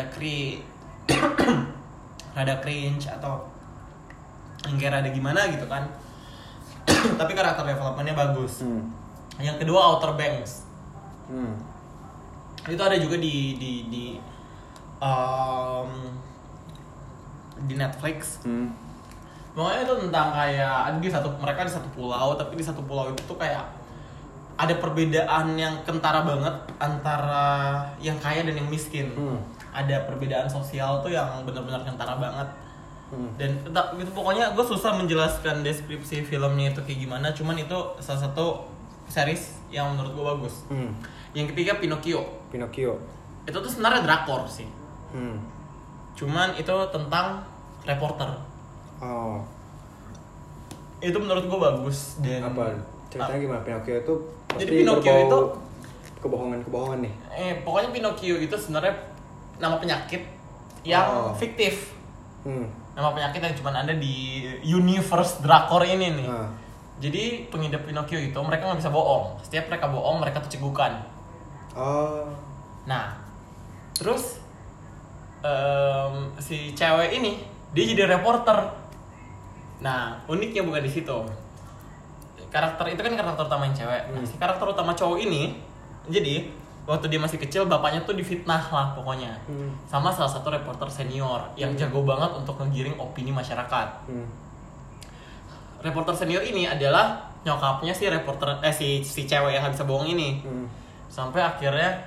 cringe atau yang kayak rada gimana gitu kan. Tapi karakter developmentnya bagus. Yang kedua Outer Banks. Itu ada juga di Netflix. Pokoknya itu tentang kayak mereka di satu pulau, tapi di satu pulau itu tuh kayak ada perbedaan yang kentara banget antara yang kaya dan yang miskin. Ada perbedaan sosial tuh yang benar-benar kentara banget. Dan itu pokoknya gue susah menjelaskan deskripsi filmnya itu kayak gimana, cuman itu salah satu series yang menurut gue bagus. Yang ketiga Pinocchio. Itu tuh sebenarnya drakor sih. Cuman itu tentang reporter. Itu menurut gue bagus. Dan apa ceritanya gimana Pinocchio itu? Jadi Pinocchio itu kebohongan nih. Pokoknya Pinocchio itu sebenarnya nama penyakit yang fiktif. Nama penyakit yang cuma ada di universe drakor ini nih. Jadi pengidap Pinocchio itu mereka nggak bisa bohong. Setiap mereka bohong mereka tuh cegukan. Nah, terus si cewek ini dia jadi reporter. Nah, uniknya bukan di situ. Karakter itu kan karakter utama yang cewek. Nah, si karakter utama cowok ini, jadi waktu dia masih kecil bapaknya tuh difitnah lah pokoknya. Sama salah satu reporter senior yang jago banget untuk ngegiring opini masyarakat. Reporter senior ini adalah nyokapnya si reporter si cewek yang gak bisa bohong ini. Sampai akhirnya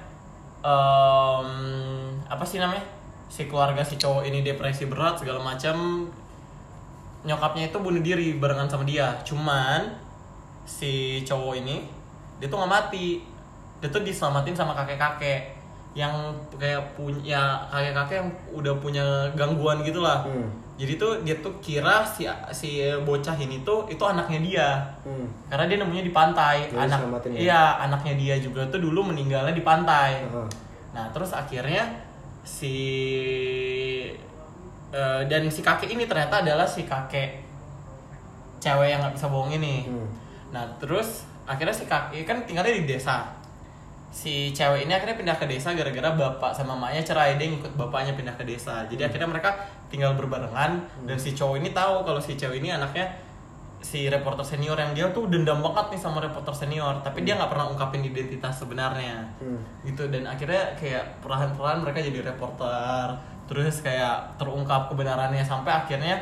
apa sih namanya? Si keluarga si cowok ini depresi berat segala macam. Nyokapnya itu bunuh diri barengan sama dia. Cuman si cowok ini dia tuh nggak mati, dia tuh diselamatin sama kakek-kakek yang kayak punya kakek-kakek yang udah punya gangguan gitulah. Jadi tuh dia tuh kira si bocah ini tuh itu anaknya dia, karena dia nemunya di pantai. Anaknya dia juga tuh dulu meninggalnya di pantai. Nah terus akhirnya dan si kakek ini ternyata adalah si kakek cewek yang nggak bisa bohong ini. Nah terus akhirnya si kakek kan tinggalnya di desa. Si cewek ini akhirnya pindah ke desa gara-gara bapak sama mamanya cerai, dia ngikut bapaknya pindah ke desa. Jadi akhirnya mereka tinggal berbarengan. Dan si cowok ini tahu kalau si cewek ini anaknya si reporter senior yang dia tuh dendam banget nih sama reporter senior, tapi dia nggak pernah ungkapin identitas sebenarnya. Gitu. Dan akhirnya kayak perlahan-perlahan mereka jadi reporter, terus kayak terungkap kebenarannya sampai akhirnya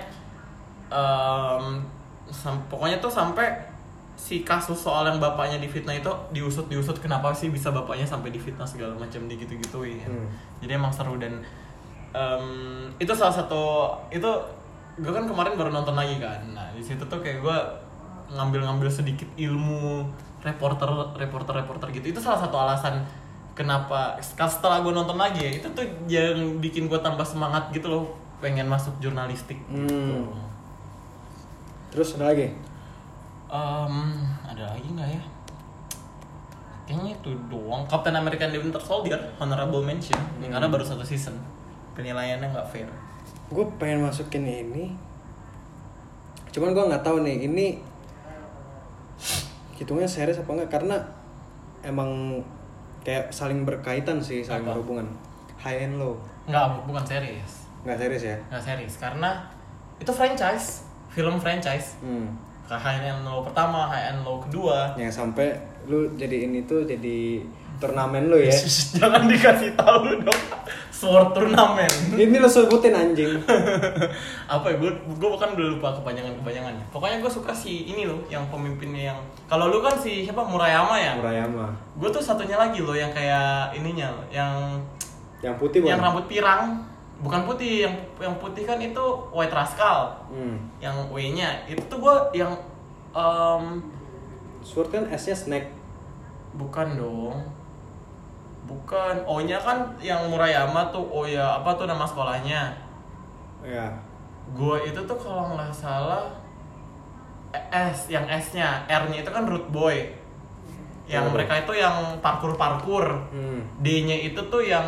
pokoknya tuh sampai si kasus soal yang bapaknya difitnah itu diusut kenapa sih bisa bapaknya sampai difitnah segala macam digitu-gituin. Jadi emang seru. Dan itu salah satu, itu gue kan kemarin baru nonton lagi kan. Nah di situ tuh kayak gue ngambil sedikit ilmu reporter gitu. Itu salah satu alasan kenapa setelah gue nonton lagi ya, itu tuh yang bikin gue tambah semangat gitu loh, pengen masuk jurnalistik gitu. Terus ada lagi? Ada lagi nggak ya? Kayaknya itu doang. Captain America and the Winter Soldier, honorable mention, karena baru 1 season, penilaiannya nggak fair. Gue pengen masukin ini, cuman gue nggak tahu nih ini hitungnya series apa enggak, karena emang kayak saling berkaitan sih, saling berhubungan. High and Low. Nggak, bukan series. Nggak series ya? Nggak series, karena itu franchise, film franchise. High and Low pertama, High and Low kedua. Yang sampai lu jadi ini tuh jadi turnamen lu ya. Jangan dikasih tahu dong. Sword turnamen. Ini lu sebutin anjing. Apa ya? Gue bukan udah lupa kepanjangannya. Pokoknya gue suka si ini loh, yang pemimpinnya yang. Kalau lu kan si siapa? Murayama ya? Murayama. Gue tuh satunya lagi loh yang kayak ininya, yang putih bukan? Yang rambut pirang. Bukan putih, yang putih kan itu White Rascal. Yang W-nya itu tuh gue yang Sword kan S-nya Snake. Bukan dong. Bukan. O-nya kan yang Murayama tuh. Oh ya, apa tuh nama sekolahnya? Ya. Gue itu tuh kalau nggak salah S, yang S-nya. R-nya itu kan Root Boy. Yang mereka itu yang parkour. D-nya itu tuh yang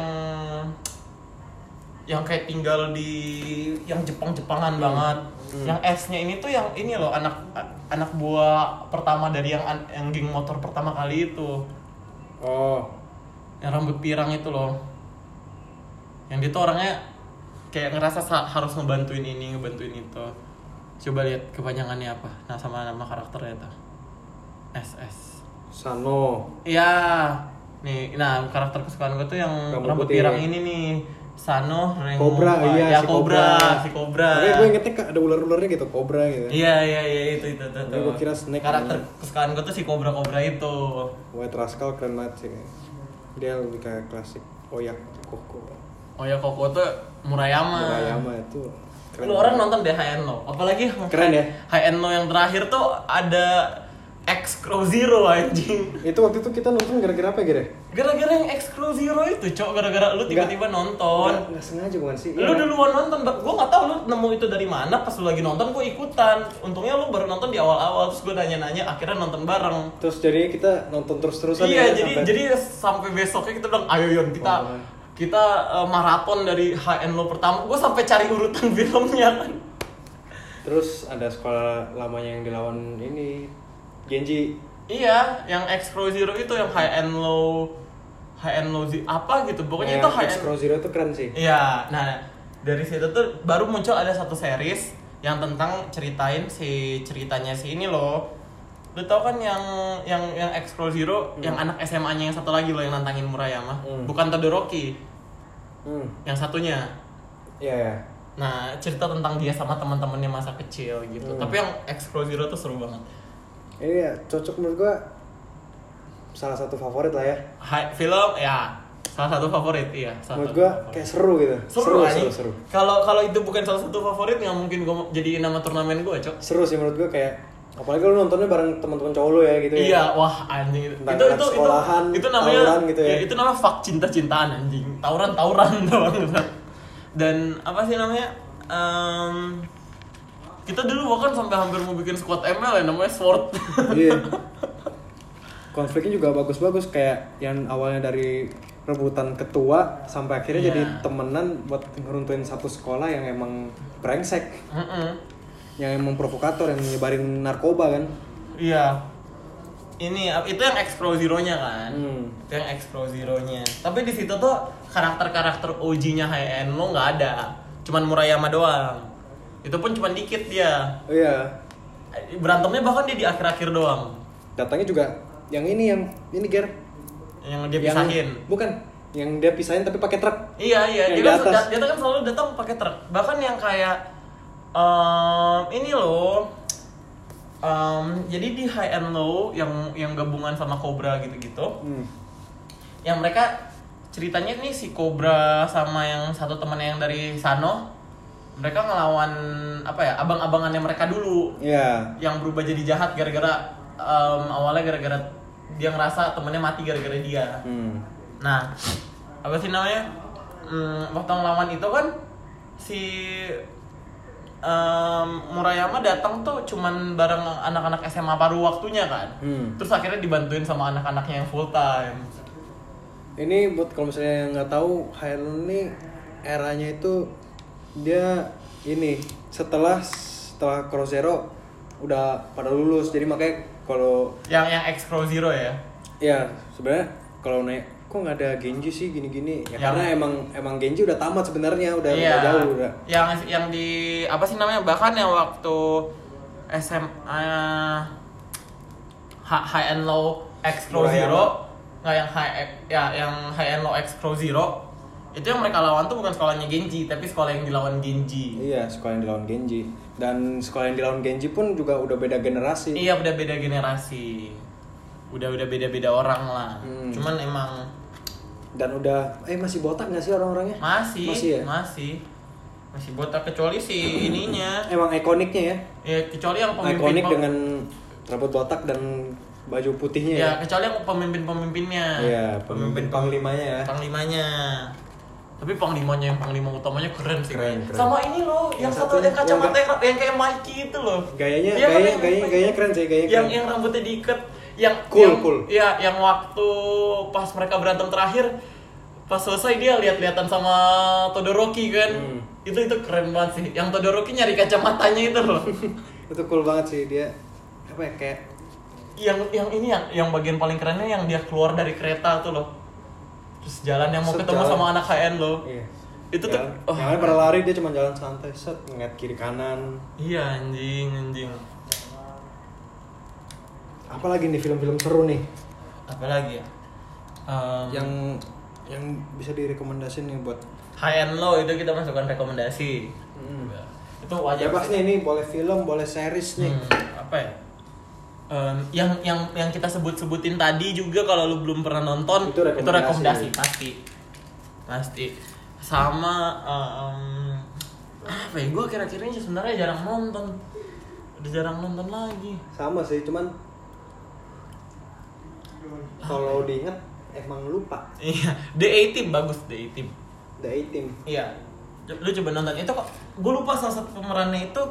kayak tinggal di yang Jepang-Jepangan banget. Yang S-nya ini tuh yang ini loh, anak anak buah pertama dari yang geng motor pertama kali itu. Oh. Yang rambut pirang itu loh. Yang dia tuh orangnya kayak ngerasa harus ngebantuin ini, ngebantuin itu. Coba lihat kepanjangannya apa. Nah, sama nama karakternya tuh. SS. Sano. Iya. Nih, nah karakter kesukaan gue tuh yang rambut pirang ini nih. Sano, Rengo. Cobra, iya, ya, si Cobra. Tapi gue ingetnya ada ular-ularnya gitu, Cobra gitu. Iya, itu. Tapi gue kira Snake. Karakter kesukaan gue tuh si Cobra itu. White Rascal keren banget sih. Dia lebih kayak klasik Oyak Koko. Oyak Koko tuh Murayama itu keren. Lu orang nonton deh High and Low. Apalagi keren ya. High and Low yang terakhir tuh ada X Crow Zero anjing. Itu waktu itu kita nonton gara-gara apa ya? Gara-gara yang X Crow Zero itu, Cok. Gara-gara lu tiba-tiba nonton. Enggak sengaja bukan sih. Lu duluan nonton, gua enggak tahu lu nemu itu dari mana. Pas lu lagi nonton gua ikutan. Untungnya lu baru nonton di awal-awal, terus gua nanya-nanya, akhirnya nonton bareng. Terus jadi kita nonton terus-terusan ya. Iya, jadi sampai besoknya kita bilang, "Ayo Yon, kita maraton dari High and Low pertama." Gua sampai cari urutan filmnya kan. Terus ada sekolah lamanya yang dilawan ini Genji. Iya, yang X Crow Zero itu yang High and Low apa gitu. Pokoknya ya, itu High X Crow Zero itu keren sih. Iya, nah dari situ tuh baru muncul ada satu series yang tentang ceritanya si ini loh. Lu tau kan yang X Crow Zero, yang anak SMA-nya yang satu lagi loh yang nantangin Murayama. Bukan Todoroki. Yang satunya. Iya. Nah, cerita tentang dia sama teman-temannya masa kecil gitu. Tapi yang X Crow Zero tuh seru banget. Ini ya cocok menurut gua salah satu favorit lah ya. Film ya salah satu favorit iya. Menurut gua kayak seru gitu. Seru. Kalau itu bukan salah satu favorit nggak mungkin gua jadi nama turnamen gua, Cok. Seru sih menurut gua kayak apalagi lu nontonnya bareng teman-teman cowok lu ya gitu ya. Iya, wah anjing itu namanya gitu ya. Itu namanya fuck cinta-cintaan anjing. Tauran doang. Dan apa sih namanya? Kita dulu bahkan sampai hampir mau bikin squad ML ya namanya Sword. Iya. Konfliknya juga bagus-bagus kayak yang awalnya dari rebutan ketua sampai akhirnya jadi temenan buat ngeruntuhin satu sekolah yang emang brengsek. Yang emang provokator yang nyebarin narkoba kan. Iya. Itu yang X Crow Zero-nya kan. Itu yang X Crow Zero-nya. Tapi di situ tuh karakter OG-nya High and Low enggak ada. Cuman Murayama doang. Itu pun cuma dikit dia. Iya. Berantemnya bahkan dia di akhir-akhir doang. Datangnya juga yang ini Ger. Yang dia pisahin. Bukan, yang dia pisahin tapi pakai truk. Iya. Dia kan selalu datang pakai truk. Bahkan yang kayak ini loh. Jadi di High and Low yang gabungan sama Cobra gitu-gitu. Yang mereka ceritanya nih si Cobra sama yang satu temannya yang dari Sano. Mereka ngelawan abang-abangannya mereka dulu. Iya. Yang berubah jadi jahat gara-gara awalnya gara-gara dia ngerasa temennya mati gara-gara dia. Nah, apa sih namanya? Waktu ngelawan itu kan si Murayama datang tuh cuman bareng anak-anak SMA paruh waktunya kan. Terus akhirnya dibantuin sama anak-anaknya yang full time. Ini buat kalau misalnya nggak tahu, Hyrule ini eranya itu dia ini setelah Crow Zero udah pada lulus, jadi makanya kalau yang X Crow Zero ya. Iya, sebenarnya kalau naik kok nggak ada Genji sih gini-gini ya, karena emang Genji udah tamat sebenarnya, udah jauh udah. Yang di apa sih namanya, bahkan yang waktu SMA High and Low X Crow Zero, nggak yang High and Low X Crow Zero itu yang mereka lawan tuh bukan sekolahnya Genji, tapi sekolah yang dilawan Genji. Iya, sekolah yang dilawan Genji. Dan sekolah yang dilawan Genji pun juga udah beda generasi. Iya, udah beda generasi. Udah beda-beda orang lah. Cuman emang dan udah masih botak nggak sih orang-orangnya? Masih botak, kecuali si ininya. Emang ikoniknya ya? Ya, kecuali yang pemimpin ikonik dengan rambut botak dan baju putihnya ya. Kecuali yang pemimpin-pemimpinnya. Iya, pemimpin panglimanya ya. Panglimanya. Tapi panglima utamanya keren sih. Keren. Sama ini loh, yang satu yang kacamata yang kayak Mikey itu loh. Gayanya keren sih, Yang rambutnya diikat, yang cool. Iya, yang waktu pas mereka berantem terakhir, pas selesai dia lihat-lihatan sama Todoroki kan. Itu keren banget sih. Yang Todoroki nyari kacamatanya itu loh. Itu cool banget sih dia. apa ya kayak yang bagian paling kerennya yang dia keluar dari kereta tuh loh. Terus jalan yang mau ketemu sama anak HN loh. Iya. Itu tuh yang pada lari dia cuma jalan santai set ngeliat kiri kanan. Iya anjing. Apalagi nih film-film seru nih? Apalagi ya? Yang bisa direkomendasiin nih buat HN lo itu kita masukkan rekomendasi. Itu wajib. Bebas nih, ini boleh film, boleh series nih. Apa ya? Yang kita sebutin tadi juga kalau lu belum pernah nonton itu rekomendasi pasti. Sama apa ya? Gue kira-kira ini sebenarnya jarang nonton. Udah jarang nonton lagi. Sama sih, cuman kalau diinget emang lupa. Iya, The A-Team bagus, The A-Team. Iya. Lu coba nonton itu kok. Gue lupa salah satu pemerannya itu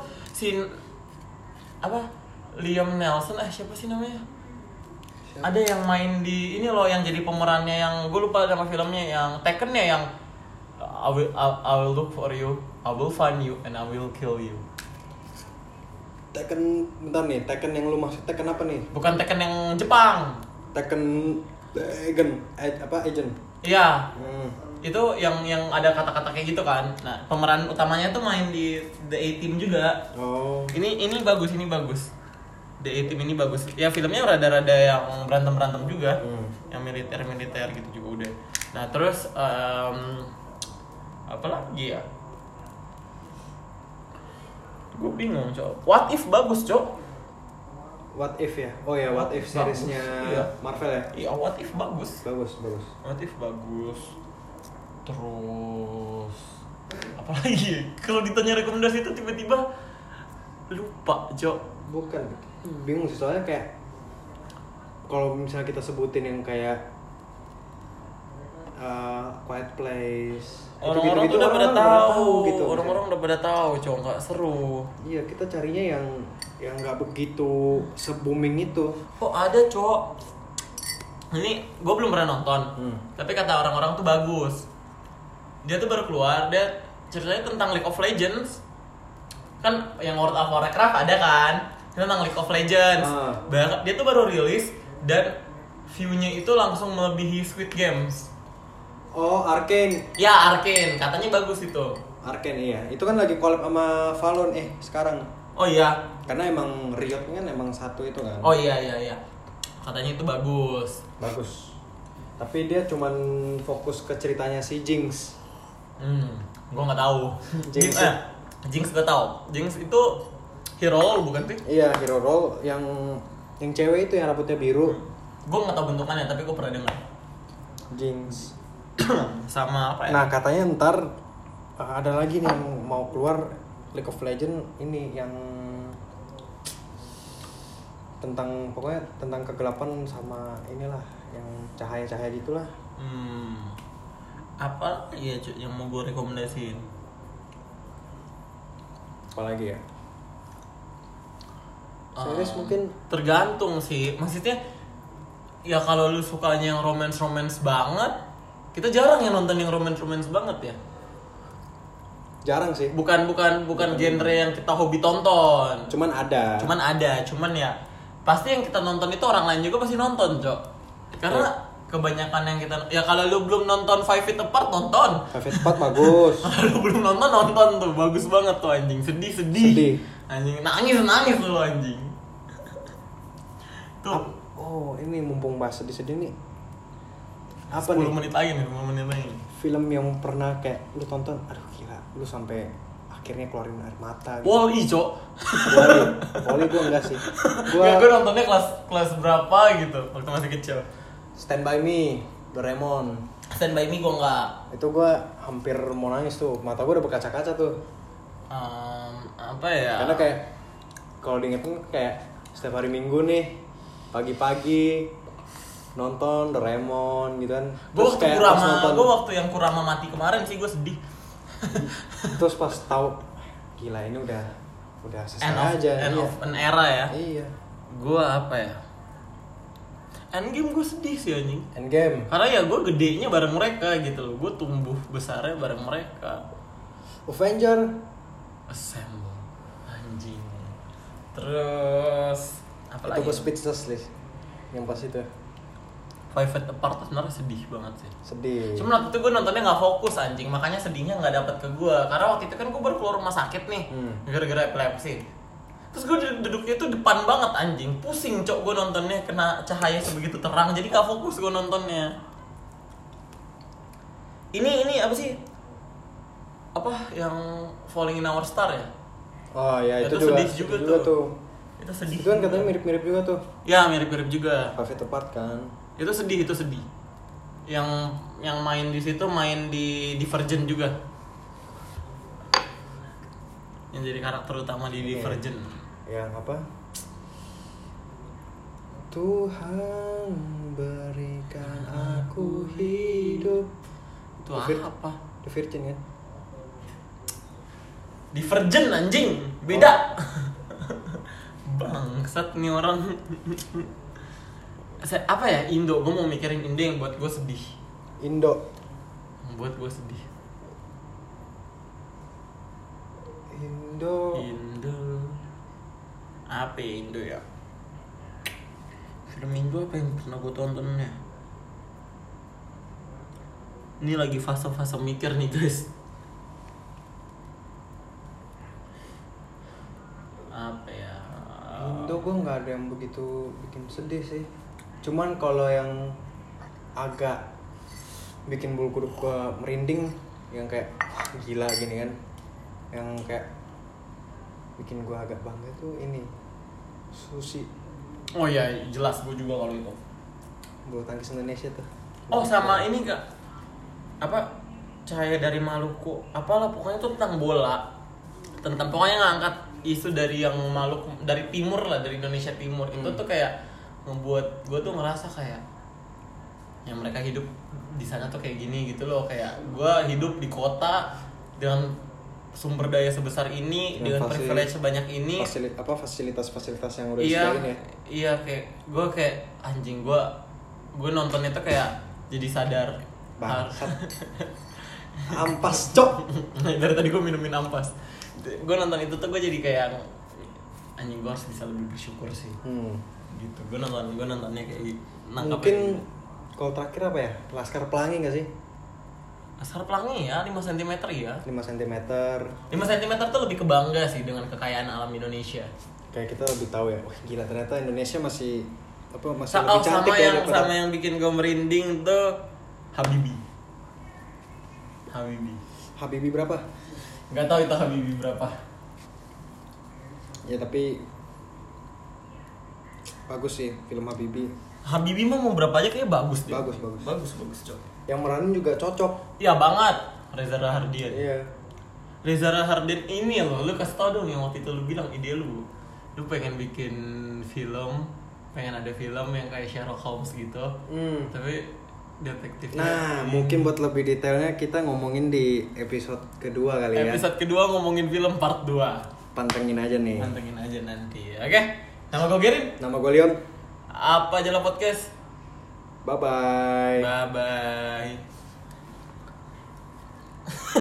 Liam Neeson, siapa sih namanya? Ada yang main di ini loh, yang jadi pemerannya yang gue lupa nama filmnya, yang Taken ya, yang I will look for you, I will find you, and I will kill you. Taken, bentar nih, Taken yang lu maksud Taken apa nih? Bukan Taken yang Jepang. Taken Agent. Iya. Itu yang ada kata-kata kayak gitu kan. Nah, pemeran utamanya tuh main di The A-Team juga. Oh. Ini bagus. The A-Team ini bagus. Ya filmnya rada-rada yang berantem juga. Yang militer gitu juga udah. Nah, terus apa lagi ya? Gue bingung, Cok. What If bagus, Cok. What If ya? Oh ya, What If seriesnya Marvel ya? Iya, What If bagus. Bagus. What If bagus. Terus apa lagi? Kalau ditanya rekomendasi itu tiba-tiba lupa, Cok. Bukan. Bingung sih soalnya kayak kalau misalnya kita sebutin yang kayak Quiet Place. Orang-orang tuh udah pada tahu gitu. Orang-orang udah pada tahu, Cok, nggak seru. Iya, kita carinya yang nggak begitu se-booming itu. Kok ada, Cok? Ini gue belum pernah nonton. Tapi kata orang-orang tuh bagus. Dia tuh baru keluar, dia ceritanya tentang League of Legends. Kan yang World of Warcraft ada kan? Tentang League of Legends. Dia tuh baru rilis dan view-nya itu langsung melebihi Squid Games. Oh, Arcane. Ya, Arcane. Katanya bagus itu. Arcane iya. Itu kan lagi collab sama Valon sekarang. Oh iya. Karena emang Riot kan emang satu itu kan. Oh iya. Katanya itu bagus. Tapi dia cuman fokus ke ceritanya si Jinx. Gue nggak tahu. Jinx gak tahu. Jinx itu hero role bukan sih? Iya, hero role yang cewek itu yang rambutnya biru. Gue nggak tahu bentukannya tapi gue pernah dengar. Jinx. Sama apa ya? Nah, katanya ntar ada lagi nih yang mau keluar League of Legends ini yang pokoknya tentang kegelapan sama inilah yang cahaya-cahaya gitulah. Apa ya yang mau gue rekomendasiin? Apalagi ya? Series mungkin tergantung sih. Maksudnya ya kalau lu sukanya yang romance banget, kita jarang yang nonton yang romance banget ya. Jarang sih. Bukan genre yang kita hobi tonton. Cuman ada. Cuman ya pasti yang kita nonton itu orang lain juga pasti nonton, Cok. Karena kebanyakan yang kita kalau lu belum nonton Five Feet Apart, nonton. Five Feet Apart bagus. Kalau lu belum nonton tuh bagus banget tuh anjing. Sedih. Anjing nangis lu anjing. Tuh. Oh, ini mumpung bahas sedih-sedih nih. Apa 10 nih? 10 menit lagi. Film yang pernah kayak lu tonton, aduh gila, lu sampai akhirnya keluarin air mata gitu. Wall-E, Cok. Wall-E gue enggak sih. Gue nontonnya kelas berapa gitu waktu masih kecil. Stand By Me, Doraemon. Stand By Me gue enggak. Itu gue hampir mau nangis tuh, mata gue udah berkaca-kaca tuh. Apa ya? Karena kayak kalau diingetin kayak setiap hari Minggu nih pagi-pagi nonton Doraemon gitu kan. Gue waktu yang Kurama mati kemarin sih gue sedih. Terus pas tahu gila ini udah selesai end of an era ya. Iya. Gue apa ya? Endgame gue sedih sih anjing. Endgame. Karena ya gue gedenya bareng mereka gitu loh. Gue tumbuh besarnya bareng mereka. Avenger Assemble anjing. Terus Apalagi itu gue speechless Lis yang pas itu. Five Feet Apart tuh sebenarnya sedih banget sih. Sedih. Cuma waktu itu gue nontonnya nggak fokus anjing, makanya sedihnya nggak dapat ke gue. Karena waktu itu kan gue baru keluar rumah sakit nih, gara-gara epilepsi. Terus gue duduknya tuh depan banget anjing, pusing cok gue nontonnya, kena cahaya sebegitu terang, jadi nggak fokus gue nontonnya. Ini apa sih? Apa yang Falling in Our Star ya? Oh ya itu sedih juga tuh. Itu sedih. Itu kan katanya mirip-mirip juga tuh. Ya mirip-mirip juga. Five Feet Apart kan. Itu sedih. Yang main di situ main di Divergent juga. Yang jadi karakter utama di Divergent. Yang apa? Tuhan berikan aku hidup. Itu apa? The Virgin kan? Divergent anjing, beda. Bangsat nih orang. Apa ya, Indo, gue mau mikirin Indo yang buat gue sedih. Indo Buat gue sedih. Indo Apa ya Indo ya? Film Indo apa yang pernah gue tontonnya? Ini lagi fase-fase mikir nih guys. Apa ya? Indo gue nggak ada yang begitu bikin sedih sih. Cuman kalau yang agak bikin bulu kuduk gue merinding, yang kayak gila gini kan, yang kayak bikin gue agak bangga tuh ini Susi. Oh iya, jelas gue juga kalau itu. Bulu tangkis Indonesia tuh. Oh sama ini kak, apa Cahaya dari Maluku, apalah pokoknya tuh tentang bola, tentang pokoknya ngangkat isu dari yang Maluku, dari timur lah, dari Indonesia Timur. Itu tuh kayak ngebuat gue tuh ngerasa kayak yang mereka hidup di sana tuh kayak gini gitu loh. Kayak gue hidup di kota dengan sumber daya sebesar ini, dengan privilege sebanyak ini, fasilitas-fasilitas yang udah disediain ya. Iya, kayak gue kayak anjing, gue nontonnya tuh kayak jadi sadar. Ampas cok. Dari tadi gue minumin ampas. Gue nonton itu tuh gue jadi kayak anjing, gue harus bisa lebih bersyukur sih. Gitu. Gue nontonnya kayak nangkap. Mungkin kalau terakhir apa ya? Laskar Pelangi nggak sih? Laskar Pelangi ya, 5 cm ya. 5 cm. 5 cm tuh lebih kebangga sih dengan kekayaan alam Indonesia. Kayak kita lebih tahu ya. Wah, gila ternyata Indonesia masih lebih cantik sama yang bikin gue merinding tuh Habibie berapa? Nggak tahu itu Habibie berapa. Ya tapi bagus sih film Habibie mah mau berapa aja kayak bagus deh. Bagus coy. Yang meranin juga cocok. Iya banget. Reza Rahardian. Iya. Reza Rahardian ini loh, lu kasih tau dong yang waktu itu lu bilang ide lu pengen bikin film, pengen ada film yang kayak Sherlock Holmes gitu. Tapi detektifnya. Nah, mungkin buat lebih detailnya kita ngomongin di episode kedua kali ya. Episode kedua ngomongin film part 2. Pantengin aja nih. Pantengin aja nanti. Oke. Nama gue Gerin. Nama gue Leon. Apa Jala Podcast. Bye-bye. Bye-bye.